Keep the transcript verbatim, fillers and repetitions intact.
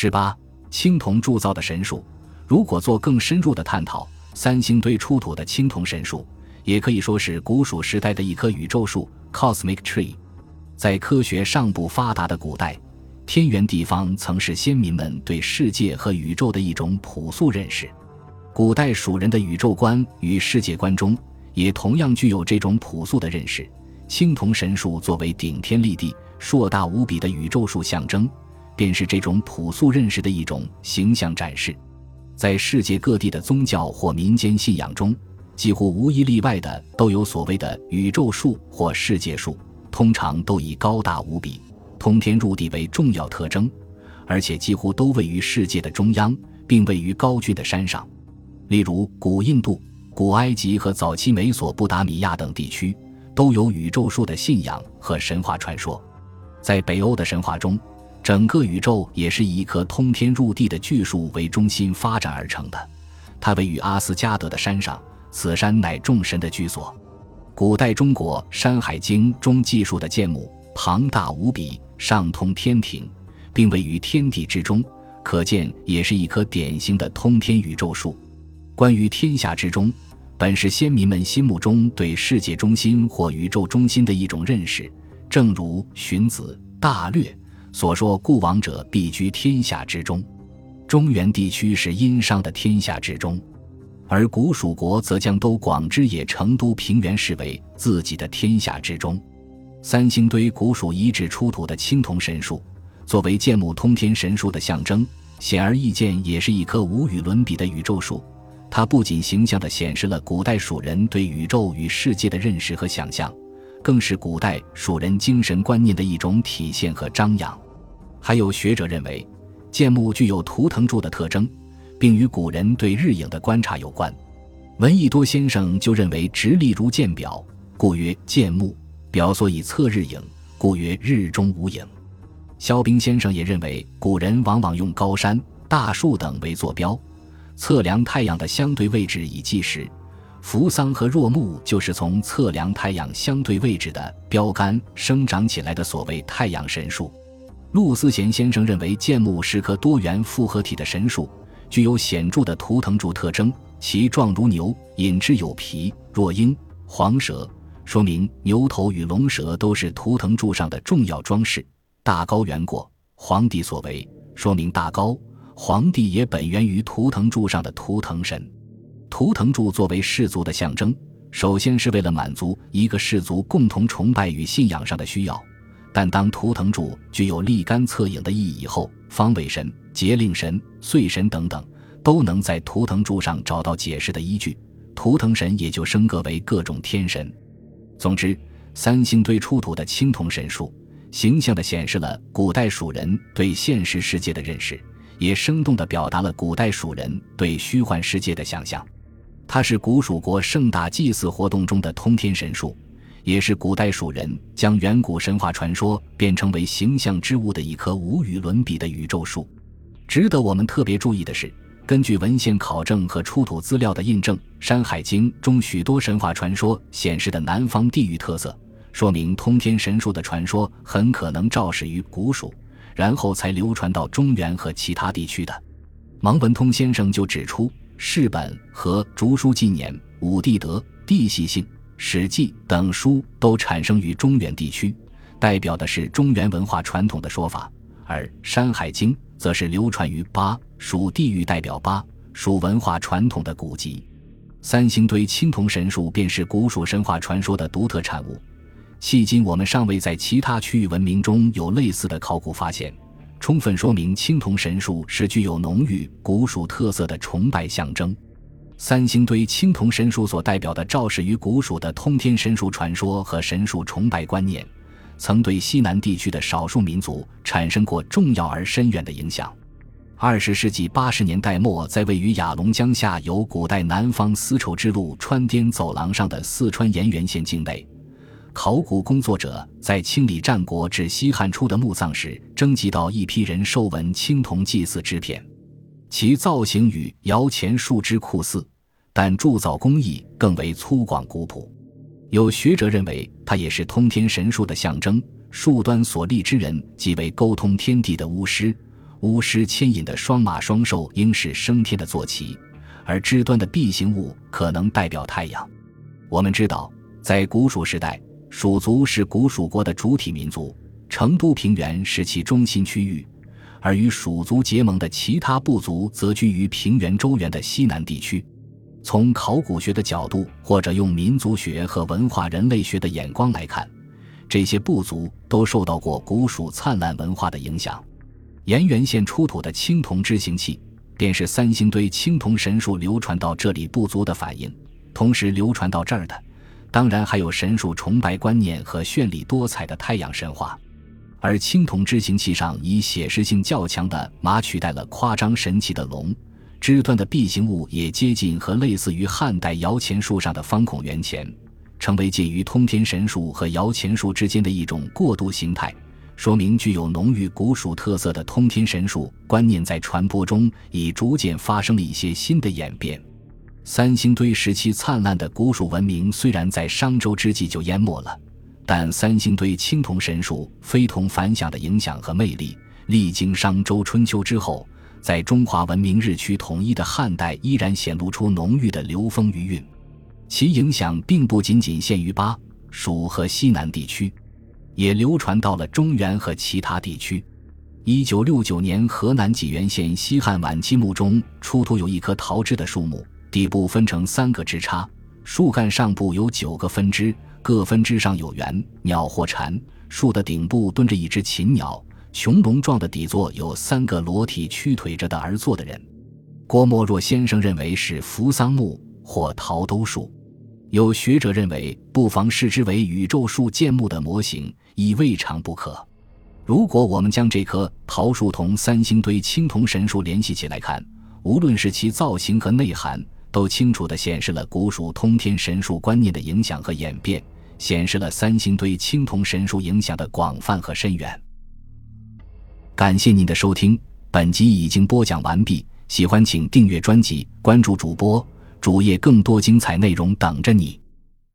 十八、青铜铸造的神树。如果做更深入的探讨，三星堆出土的青铜神树也可以说是古蜀时代的一棵宇宙树 Cosmic Tree。 在科学尚不发达的古代，天圆地方曾是先民们对世界和宇宙的一种朴素认识。古代蜀人的宇宙观与世界观中也同样具有这种朴素的认识。青铜神树作为顶天立地、硕大无比的宇宙树象征，便是这种朴素认识的一种形象展示。在世界各地的宗教或民间信仰中，几乎无一例外的都有所谓的宇宙树或世界树，通常都以高大无比、通天入地为重要特征，而且几乎都位于世界的中央，并位于高峻的山上。例如古印度、古埃及和早期美索不达米亚等地区都有宇宙树的信仰和神话传说。在北欧的神话中，整个宇宙也是以一棵通天入地的巨树为中心发展而成的，它位于阿斯加德的山上，此山乃众神的居所。古代中国《山海经》中记述的建木庞大无比，上通天庭，并位于天地之中，可见也是一棵典型的通天宇宙树。关于天下之中，本是先民们心目中对世界中心或宇宙中心的一种认识，正如荀子《大略》所说，故王者必居天下之中。中原地区是殷商的天下之中，而古蜀国则将都广之野成都平原视为自己的天下之中。三星堆古蜀遗址出土的青铜神树，作为建木通天神树的象征，显而易见也是一棵无与伦比的宇宙树。它不仅形象地显示了古代蜀人对宇宙与世界的认识和想象，更是古代蜀人精神观念的一种体现和张扬。还有学者认为，建木具有图腾柱的特征，并与古人对日影的观察有关。闻一多先生就认为直立如剑表，故曰建木，表所以测日影，故曰日中无影。萧冰先生也认为，古人往往用高山、大树等为坐标，测量太阳的相对位置以计时。扶桑和若木就是从测量太阳相对位置的标杆生长起来的所谓太阳神树。陆思贤先生认为，建木是棵多元复合体的神树，具有显著的图腾柱特征，其状如牛，引之有皮，若鹰、黄蛇，说明牛头与龙蛇都是图腾柱上的重要装饰。大高圆过，皇帝所为，说明大高，皇帝也本源于图腾柱上的图腾神。图腾柱作为氏族的象征，首先是为了满足一个氏族共同崇拜与信仰上的需要，但当图腾柱具有立竿测影的意义后，方位神、节令神、岁神等等都能在图腾柱上找到解释的依据，图腾神也就升格为各种天神。总之，三星堆出土的青铜神树形象地显示了古代蜀人对现实世界的认识，也生动地表达了古代蜀人对虚幻世界的想象。它是古蜀国盛大祭祀活动中的通天神树，也是古代蜀人将远古神话传说变成为形象之物的一棵无与伦比的宇宙树。值得我们特别注意的是，根据文献考证和出土资料的印证，《山海经》中许多神话传说显示的南方地域特色，说明通天神树的传说很可能肇始于古蜀，然后才流传到中原和其他地区的。王文通先生就指出，世本和竹书纪年、武帝德、地系性、史记等书都产生于中原地区，代表的是中原文化传统的说法，而《山海经》则是流传于巴蜀地域，代表巴蜀文化传统的古籍。三星堆青铜神树便是古蜀神话传说的独特产物，迄今我们尚未在其他区域文明中有类似的考古发现，充分说明青铜神树是具有浓郁古蜀特色的崇拜象征。三星堆青铜神树所代表的肇始于古蜀的通天神树传说和神树崇拜观念，曾对西南地区的少数民族产生过重要而深远的影响。二十世纪八十年代末，在位于雅龙江下游古代南方丝绸之路川滇走廊上的四川盐源县境内，考古工作者在清理战国至西汉初的墓葬时，征集到一批人手纹青铜祭祀制片，其造型与窑前树枝酷似，但铸造工艺更为粗犷古朴。有学者认为它也是通天神树的象征，树端所立之人即为沟通天地的巫师， 巫师牵引的双马双兽应是升天的坐骑，而枝端的 B 形物可能代表太阳。我们知道，在古蜀时代，蜀族是古蜀国的主体民族，成都平原是其中心区域，而与蜀族结盟的其他部族则居于平原周原的西南地区。从考古学的角度，或者用民族学和文化人类学的眼光来看，这些部族都受到过古蜀灿烂文化的影响。盐源县出土的青铜支形器，便是三星堆青铜神树流传到这里部族的反应。同时流传到这儿的，当然还有神树崇拜观念和绚丽多彩的太阳神话。而青铜支形器上以写实性较强的马取代了夸张神奇的龙，枝端的 B 形物也接近和类似于汉代摇钱树上的方孔圆钱，成为介于通天神树和摇钱树之间的一种过渡形态，说明具有浓郁古蜀特色的通天神树观念在传播中已逐渐发生了一些新的演变。三星堆时期灿烂的古蜀文明虽然在商周之际就淹没了，但三星堆青铜神树非同凡响的影响和魅力，历经商周春秋之后，在中华文明日趋统一的汉代依然显露出浓郁的流风余韵。其影响并不仅仅限于巴、蜀和西南地区，也流传到了中原和其他地区。一九六九年河南济源县西汉晚期墓中出土有一棵桃枝的树木，底部分成三个枝杈，树干上部有九个分支，各分支上有圆、鸟或蝉，树的顶部蹲着一只禽鸟，穹隆状的底座有三个裸体屈腿着的而坐的人。郭沫若先生认为是扶桑木或桃兜树，有学者认为不妨视之为宇宙树建木的模型，亦未尝不可。如果我们将这棵桃树同三星堆青铜神树联系起来看，无论是其造型和内涵，都清楚地显示了古蜀通天神树观念的影响和演变，显示了三星堆青铜神树影响的广泛和深远。感谢您的收听，本集已经播讲完毕，喜欢请订阅专辑，关注主播，主页更多精彩内容等着你。